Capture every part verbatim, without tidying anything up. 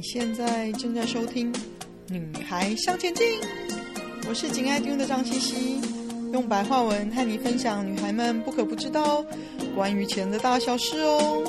现在正在收听《女孩向前进》，我是紧爱听的张茜茜，用白话文和你分享女孩们不可不知道关于钱的大小事哦。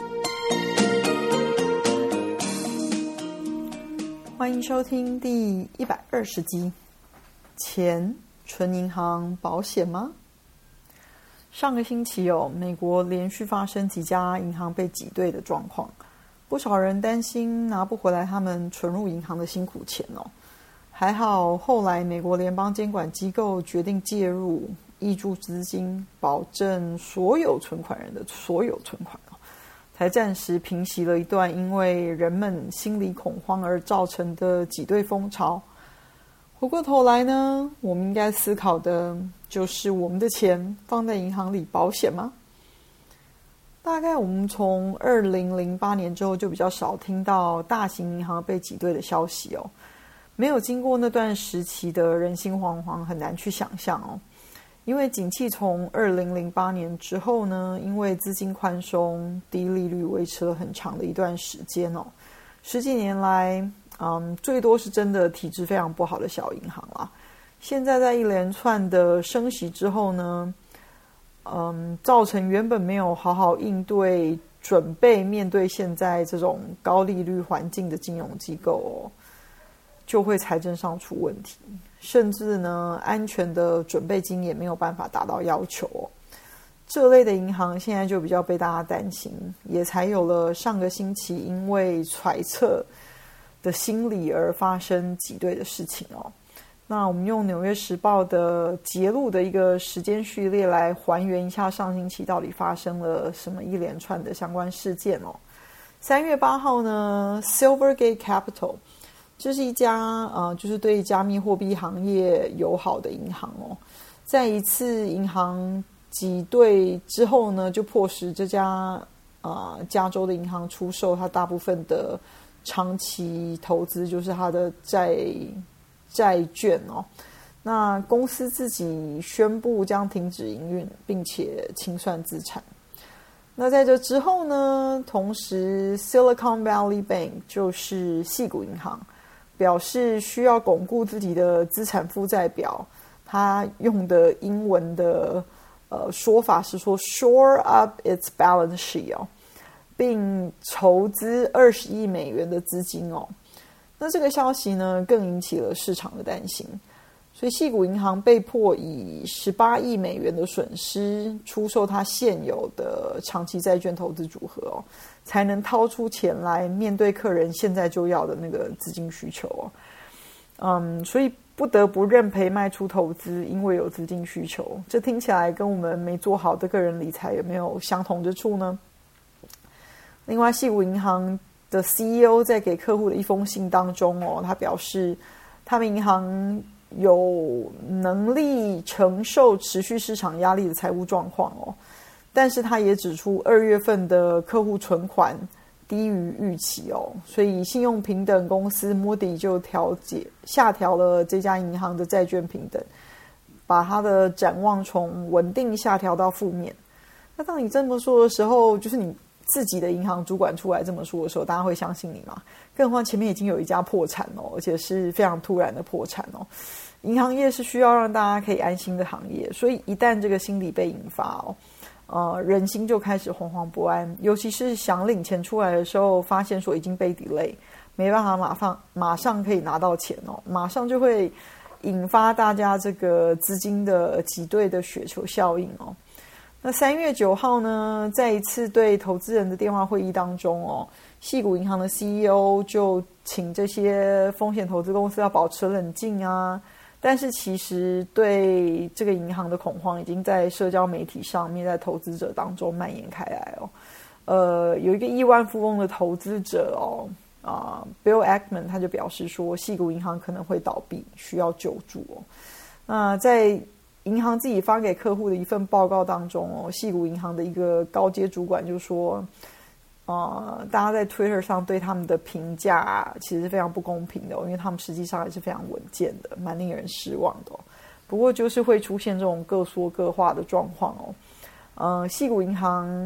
欢迎收听第一百二十集。钱纯银行保险吗？上个星期有、哦、美国连续发生几家银行被挤兑的状况，不少人担心拿不回来他们存入银行的辛苦钱哦。还好后来美国联邦监管机构决定介入，挹注资金，保证所有存款人的所有存款哦，才暂时平息了一段因为人们心理恐慌而造成的挤兑风潮。回过头来呢，我们应该思考的就是我们的钱放在银行里保险吗？大概我们从二零零八年之后就比较少听到大型银行被挤兑的消息哦。没有经过那段时期的人心惶惶，很难去想象哦。因为景气从二零零八年之后呢，因为资金宽松、低利率维持了很长的一段时间哦。十几年来，嗯，最多是真的体质非常不好的小银行啦。现在在一连串的升息之后呢，嗯，造成原本没有好好应对、准备面对现在这种高利率环境的金融机构哦，就会财政上出问题，甚至呢，安全的准备金也没有办法达到要求哦。这类的银行现在就比较被大家担心，也才有了上个星期因为揣测的心理而发生挤兑的事情哦。那我们用《纽约时报》的揭露的一个时间序列来还原一下上星期到底发生了什么一连串的相关事件哦。三月八号呢 ，Silvergate Capital， 这是一家呃，就是对加密货币行业友好的银行哦。在一次银行挤兑之后呢，就迫使这家呃加州的银行出售它大部分的长期投资，就是它的债债券哦。那公司自己宣布将停止营运，并且清算资产。那在这之后呢，同时 Silicon Valley Bank 就是矽谷银行表示需要巩固自己的资产负债表，它用的英文的呃说法是说 shore up its balance sheet 哦，并筹资二十亿美元的资金哦。那这个消息呢，更引起了市场的担心，所以矽谷银行被迫以十八亿美元的损失出售它现有的长期债券投资组合哦，才能掏出钱来面对客人现在就要的那个资金需求哦。嗯，所以不得不认赔卖出投资，因为有资金需求。这听起来跟我们没做好的个人理财有没有相同之处呢？另外，矽谷银行的 C E O 在给客户的一封信当中哦，他表示他们银行有能力承受持续市场压力的财务状况哦，但是他也指出二月份的客户存款低于预期哦，所以信用平等公司 Moody 就调节下调了这家银行的债券平等，把它的展望从稳定下调到负面。那当你这么说的时候，就是你自己的银行主管出来这么说的时候，大家会相信你吗？更何况前面已经有一家破产哦，而且是非常突然的破产哦。银行业是需要让大家可以安心的行业，所以一旦这个心理被引发哦，呃，人心就开始惶惶不安。尤其是想领钱出来的时候，发现说已经被 delay， 没办法马上马上可以拿到钱哦，马上就会引发大家这个资金的挤兑的雪球效应哦。那三月九号呢，在一次对投资人的电话会议当中哦，矽谷银行的 C E O 就请这些风险投资公司要保持冷静啊。但是其实对这个银行的恐慌已经在社交媒体上面，在投资者当中蔓延开来哦。呃，有一个亿万富翁的投资者哦，啊、呃、，Bill Ackman 他就表示说，矽谷银行可能会倒闭，需要救助哦。那在银行自己发给客户的一份报告当中哦，矽谷银行的一个高阶主管就说，呃，大家在 Twitter 上对他们的评价其实非常不公平的哦，因为他们实际上也是非常稳健的，蛮令人失望的哦。不过就是会出现这种各说各话的状况哦。呃，矽谷银行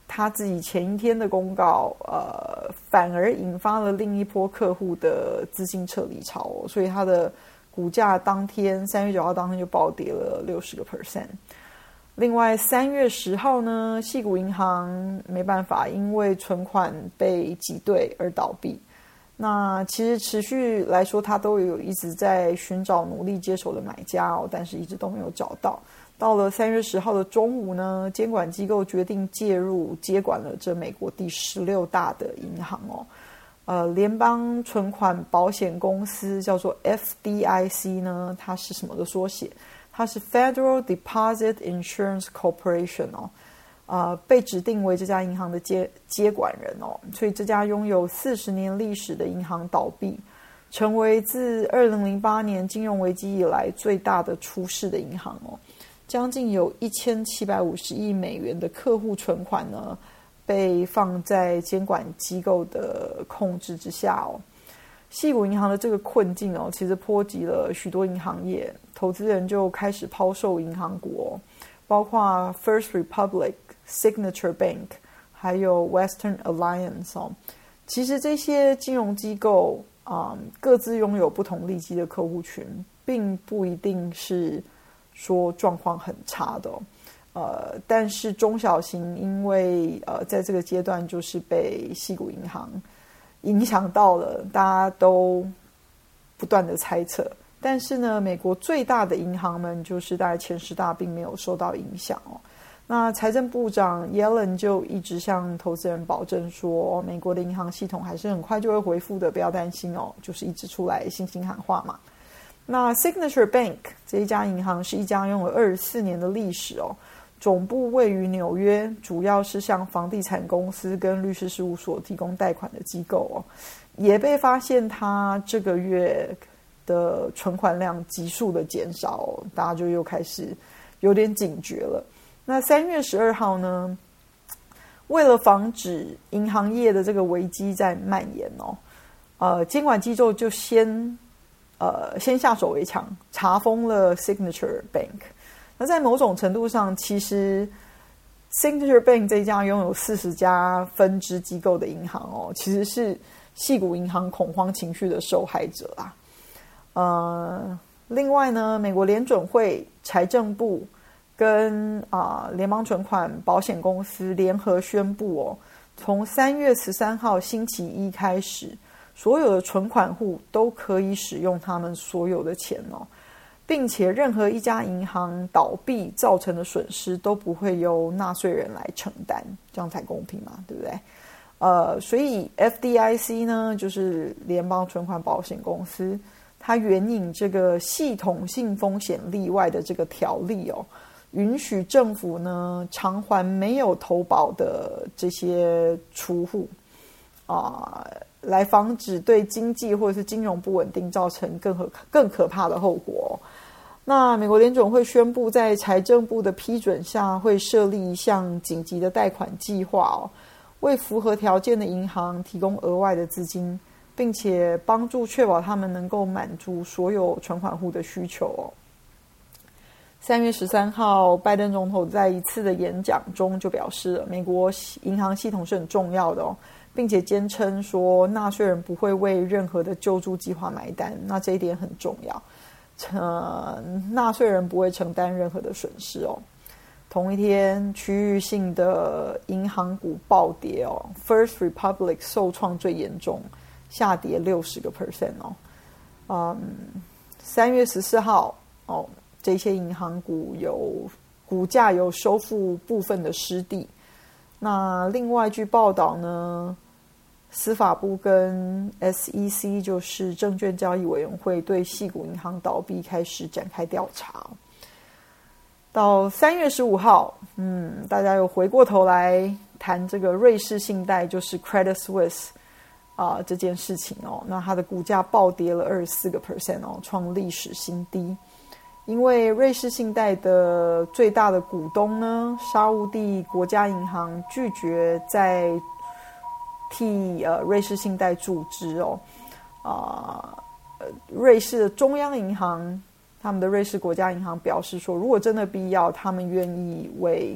他自己前一天的公告，呃，反而引发了另一波客户的资金撤离潮、哦，所以他的股价当天三月九号当天就暴跌了六十个 percent。另外，三月十号呢，矽谷银行没办法，因为存款被挤兑而倒闭。那其实持续来说，他都有一直在寻找努力接手的买家哦，但是一直都没有找到。到了三月十号的中午呢，监管机构决定介入接管了这美国第十六大的银行哦。呃，联邦存款保险公司叫做 F D I C 呢，它是什么的缩写？它是 Federal Deposit Insurance Corporation 哦，呃，被指定为这家银行的接接管人哦，所以这家拥有四十年历史的银行倒闭，成为自二零零八年金融危机以来最大的出事的银行哦，将近有一千七百五十亿美元的客户存款呢，被放在监管机构的控制之下哦。矽谷银行的这个困境哦，其实波及了许多银行业，投资人就开始抛售银行股哦，包括 First Republic、Signature Bank 还有 Western Alliance 哦。其实这些金融机构啊、嗯，各自拥有不同利基的客户群，并不一定是说状况很差的、哦。呃，但是中小型因为呃在这个阶段就是被矽谷银行影响到了，大家都不断的猜测。但是呢，美国最大的银行们就是大概前十大并没有受到影响哦。那财政部长 Yellen 就一直向投资人保证说，美国的银行系统还是很快就会恢复的，不要担心哦，就是一直出来信心喊话嘛。那 Signature Bank 这一家银行是一家拥有二十四年的历史哦，总部位于纽约，主要是向房地产公司跟律师事务所提供贷款的机构哦，也被发现它这个月的存款量急速的减少、哦，大家就又开始有点警觉了。那三月十二号呢，为了防止银行业的这个危机在蔓延哦，呃，监管机构就先呃先下手为强，查封了 Signature Bank。那在某种程度上，其实 Signature Bank 这一家拥有四十家分支机构的银行哦，其实是矽谷银行恐慌情绪的受害者啦。呃，另外呢，美国联准会、财政部跟啊、呃、联邦存款保险公司联合宣布哦，从三月十三号星期一开始，所有的存款户都可以使用他们所有的钱哦。并且任何一家银行倒闭造成的损失都不会由纳税人来承担，这样才公平嘛，对不对？呃，所以 F D I C 呢，就是联邦存款保险公司，它援引这个系统性风险例外的这个条例哦，允许政府呢偿还没有投保的这些储户啊、呃，来防止对经济或者是金融不稳定造成更可更可怕的后果、哦。那美国联准会宣布，在财政部的批准下，会设立一项紧急的贷款计划哦，为符合条件的银行提供额外的资金，并且帮助确保他们能够满足所有存款户的需求哦。三月十三号，拜登总统在一次的演讲中就表示了，美国银行系统是很重要的哦，并且坚称说，纳税人不会为任何的救助计划买单，那这一点很重要。呃，纳税人不会承担任何的损失哦。同一天，区域性的银行股暴跌哦 ，First Republic 受创最严重，下跌六十个 percent 哦。嗯，三月十四号哦，这些银行股有股价有收复部分的失地。那另外据报道呢，司法部跟 S E C 就是证券交易委员会对矽谷银行倒闭开始展开调查。到三月十五号，嗯，大家又回过头来谈这个瑞士信贷，就是 Credit Suisse 啊、呃、这件事情哦。那它的股价暴跌了二十四个 percent 哦，创历史新低。因为瑞士信贷的最大的股东呢，沙烏地国家银行拒绝在替呃瑞士信贷注资哦，啊、呃，瑞士的中央银行，他们的瑞士国家银行表示说，如果真的必要，他们愿意为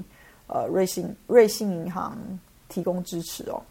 呃瑞信瑞信银行提供支持哦。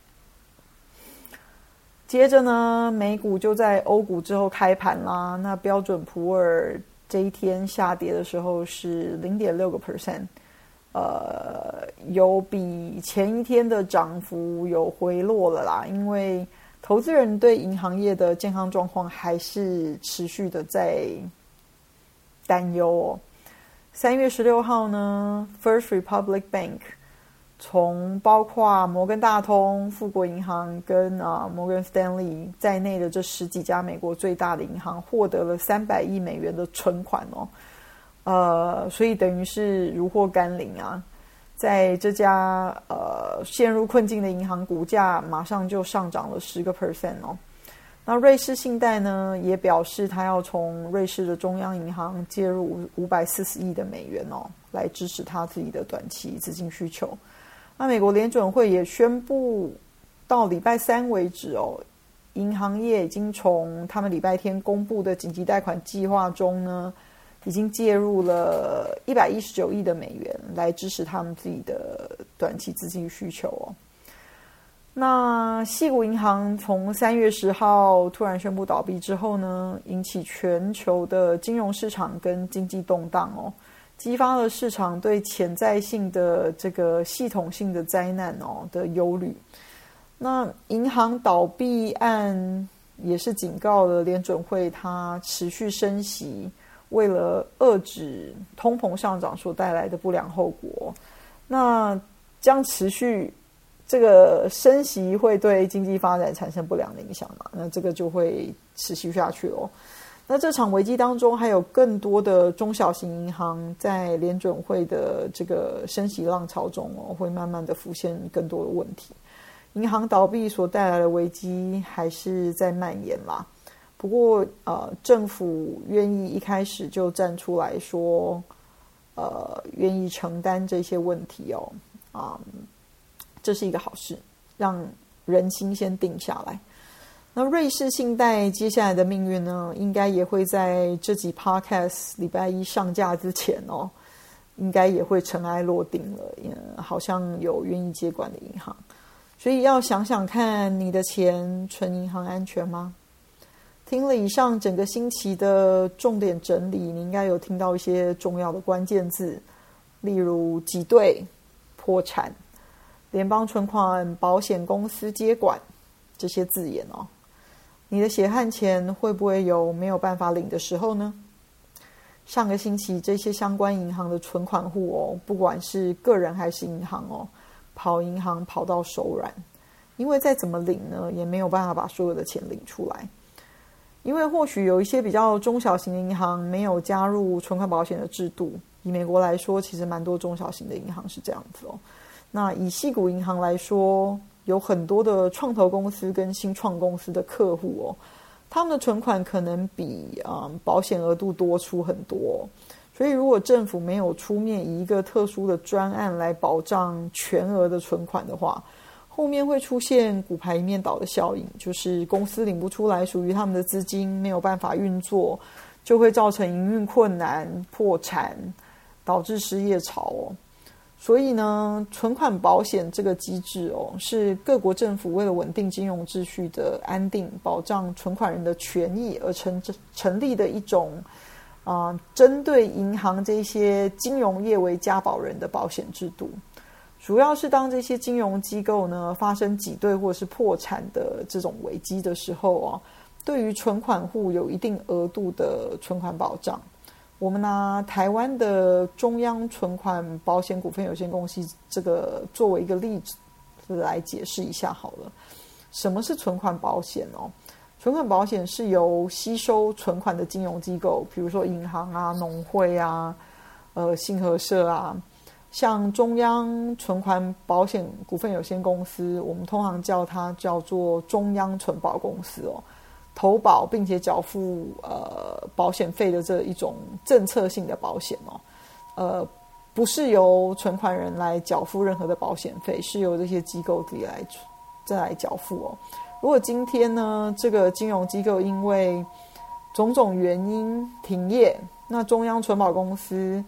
接着呢，美股就在欧股之后开盘啦。那标准普尔这一天下跌的时候是 零点六个百分点， 呃，有比前一天的涨幅有回落了啦，因为投资人对银行业的健康状况还是持续的在担忧哦。三月十六号呢 ，First Republic Bank 从包括摩根大通、富国银行跟啊摩根 Stanley 在内的这十几家美国最大的银行获得了三百亿美元的存款哦，呃，所以等于是如获甘霖啊。在这家呃陷入困境的银行，股价马上就上涨了十个 percent 哦。那瑞士信贷呢也表示，他要从瑞士的中央银行借入五百四十亿的美元哦，来支持他自己的短期资金需求。那美国联准会也宣布，到礼拜三为止哦，银行业已经从他们礼拜天公布的紧急贷款计划中呢，已经介入了一百一十九亿的美元来支持他们自己的短期资金需求哦。那矽谷银行从三月十号突然宣布倒闭之后呢，引起全球的金融市场跟经济动荡哦，激发了市场对潜在性的这个系统性的灾难哦的忧虑。那银行倒闭案也是警告了联准会，它持续升息，为了遏制通膨上涨所带来的不良后果。那将持续这个升息会对经济发展产生不良的影响嘛？那这个就会持续下去哦。那这场危机当中，还有更多的中小型银行在联准会的这个升息浪潮中哦，会慢慢的浮现更多的问题。银行倒闭所带来的危机还是在蔓延啦。不过呃，政府愿意一开始就站出来说，呃，愿意承担这些问题哦，啊、嗯，这是一个好事，让人心先定下来。那瑞士信贷接下来的命运呢，应该也会在这集 podcast 礼拜一上架之前哦，应该也会尘埃落定了。嗯，好像有愿意接管的银行，所以要想想看，你的钱存银行安全吗？听了以上整个星期的重点整理，你应该有听到一些重要的关键字，例如挤兑、破产、联邦存款保险公司接管这些字眼哦。你的血汗钱会不会有没有办法领的时候呢？上个星期这些相关银行的存款户哦，不管是个人还是银行哦，跑银行跑到手软，因为再怎么领呢，也没有办法把所有的钱领出来。因为或许有一些比较中小型的银行没有加入存款保险的制度，以美国来说，其实蛮多中小型的银行是这样子哦。那以矽谷银行来说，有很多的创投公司跟新创公司的客户哦，他们的存款可能比、嗯、保险额度多出很多哦，所以如果政府没有出面以一个特殊的专案来保障全额的存款的话，后面会出现骨牌一面倒的效应，就是公司领不出来属于他们的资金，没有办法运作，就会造成营运困难、破产，导致失业潮哦。所以呢，存款保险这个机制哦，是各国政府为了稳定金融秩序的安定、保障存款人的权益而成成立的一种啊、呃，针对银行这些金融业为家保人的保险制度。主要是当这些金融机构呢发生挤兑或是破产的这种危机的时候啊，对于存款户有一定额度的存款保障。我们拿台湾的中央存款保险股份有限公司这个作为一个例子来解释一下好了。什么是存款保险哦？存款保险是由吸收存款的金融机构，比如说银行啊、农会啊、呃信合社啊，像中央存款保险股份有限公司，我们通常叫它叫做中央存保公司哦。投保并且缴付呃保险费的这一种政策性的保险哦，呃，不是由存款人来缴付任何的保险费，是由这些机构自己来再来缴付哦。如果今天呢，这个金融机构因为种种原因停业，那中央存保公司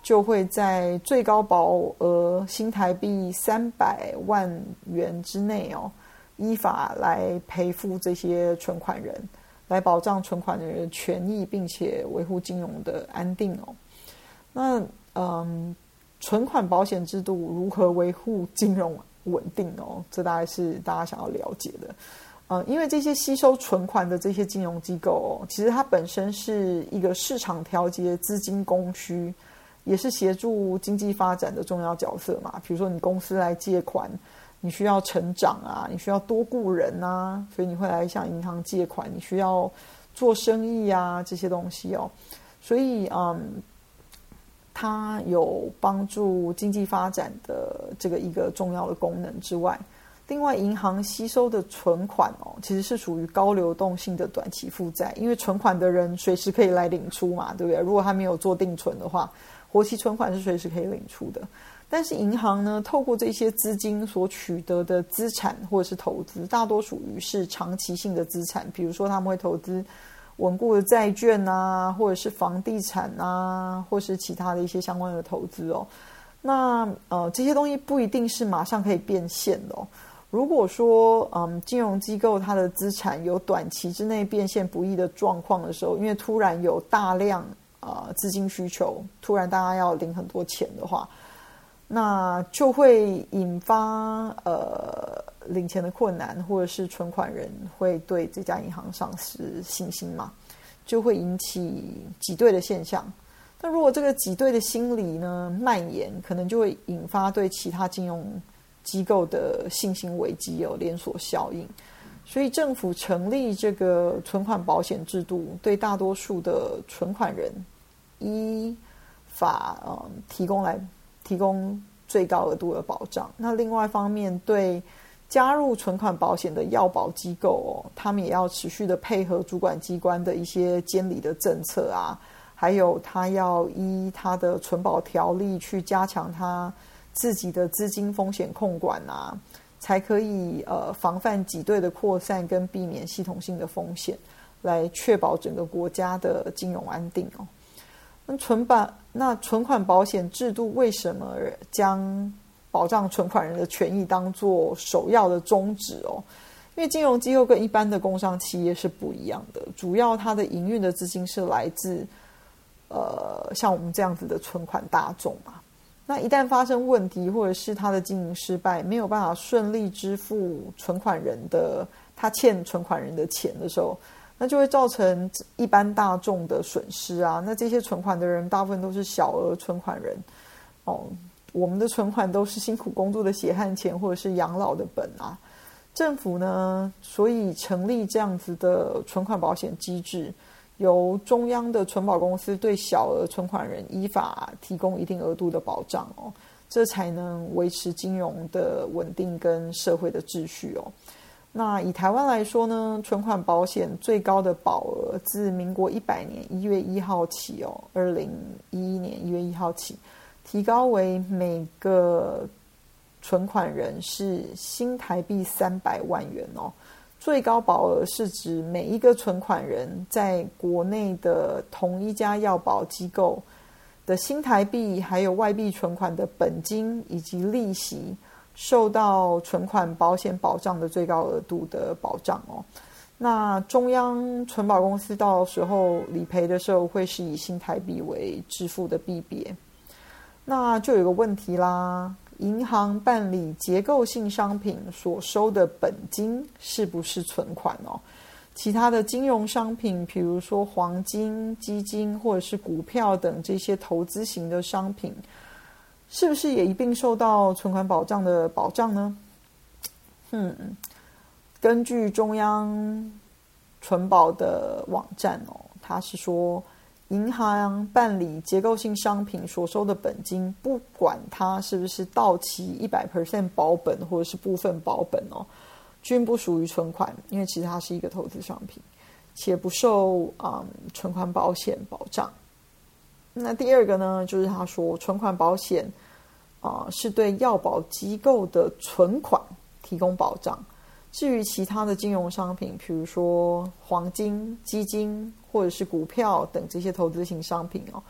就会在最高保额新台币三百万元之内哦，依法来赔付这些存款人，来保障存款人的权益，并且维护金融的安定哦。那嗯，存款保险制度如何维护金融稳定哦？这大概是大家想要了解的。呃，因为这些吸收存款的这些金融机构哦，其实它本身是一个市场调节资金供需，也是协助经济发展的重要角色嘛。比如说你公司来借款，你需要成长啊，你需要多雇人啊，所以你会来向银行借款，你需要做生意啊，这些东西哦。所以嗯，它有帮助经济发展的这个一个重要的功能之外，另外，银行吸收的存款哦，其实是属于高流动性的短期负债，因为存款的人随时可以来领出嘛，对不对？如果他没有做定存的话，活期存款是随时可以领出的。但是银行呢，透过这些资金所取得的资产或者是投资，大多属于是长期性的资产，比如说他们会投资稳固的债券啊，或者是房地产啊，或是其他的一些相关的投资哦。那呃，这些东西不一定是马上可以变现的哦。如果说嗯，金融机构它的资产有短期之内变现不易的状况的时候，因为突然有大量呃资金需求，突然大家要领很多钱的话，那就会引发呃领钱的困难，或者是存款人会对这家银行丧失信心嘛，就会引起挤兑的现象。那如果这个挤兑的心理呢蔓延，可能就会引发对其他金融机构的信心危机，有连锁效应。所以政府成立这个存款保险制度，对大多数的存款人依法、嗯、提供来提供最高额度的保障。那另外一方面，对加入存款保险的要保机构哦，他们也要持续的配合主管机关的一些监理的政策啊，还有他要依他的存保条例去加强他自己的资金风险控管啊，才可以呃防范挤兑的扩散跟避免系统性的风险，来确保整个国家的金融安定哦。那存保那存款保险制度为什么将保障存款人的权益当作首要的宗旨哦？因为金融机构跟一般的工商企业是不一样的，主要它的营运的资金是来自呃像我们这样子的存款大众嘛。那一旦发生问题，或者是他的经营失败，没有办法顺利支付存款人的他欠存款人的钱的时候，那就会造成一般大众的损失啊。那这些存款的人大部分都是小额存款人哦，我们的存款都是辛苦工作的血汗钱，或者是养老的本啊。政府呢，所以成立这样子的存款保险机制，由中央的存保公司对小额存款人依法提供一定额度的保障哦，这才能维持金融的稳定跟社会的秩序哦。那以台湾来说呢，存款保险最高的保额自民国一百年一月一号起哦，二零一一年一月一号起，提高为每个存款人是新台币三百万元哦。最高保额是指每一个存款人在国内的同一家要保机构的新台币还有外币存款的本金以及利息受到存款保险保障的最高额度的保障哦。那中央存保公司到时候理赔的时候会是以新台币为支付的币别。那就有个问题啦，银行办理结构性商品所收的本金是不是存款哦？其他的金融商品，比如说黄金、基金或者是股票等这些投资型的商品，是不是也一并受到存款保障的保障呢？嗯，根据中央存保的网站哦，它是说，银行办理结构性商品所收的本金，不管它是不是到期 百分之百 保本或者是部分保本哦，均不属于存款，因为其实它是一个投资商品，且不受、嗯、存款保险保障。那第二个呢，就是他说存款保险、呃、是对要保机构的存款提供保障。至于其他的金融商品，比如说黄金、基金或者是股票等这些投资型商品哦，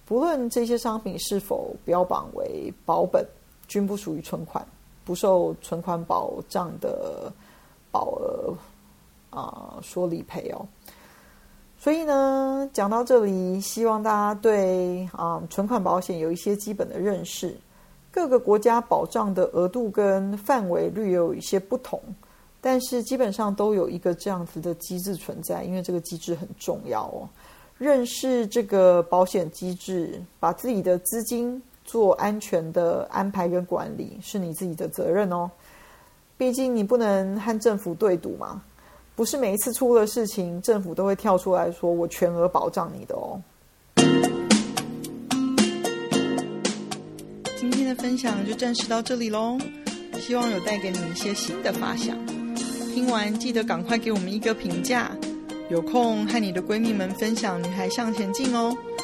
不论这些商品是否标榜为保本，均不属于存款，不受存款保障的保额啊、呃、说理赔哦。所以呢，讲到这里，希望大家对啊、呃、存款保险有一些基本的认识。各个国家保障的额度跟范围略有一些不同，但是基本上都有一个这样子的机制存在，因为这个机制很重要哦。认识这个保险机制，把自己的资金做安全的安排跟管理，是你自己的责任哦。毕竟你不能和政府对赌嘛，不是每一次出了事情，政府都会跳出来说我全额保障你的哦。今天的分享就暂时到这里咯，希望有带给你一些新的发想。听完记得赶快给我们一个评价，有空和你的闺蜜们分享《女孩向前进》哦。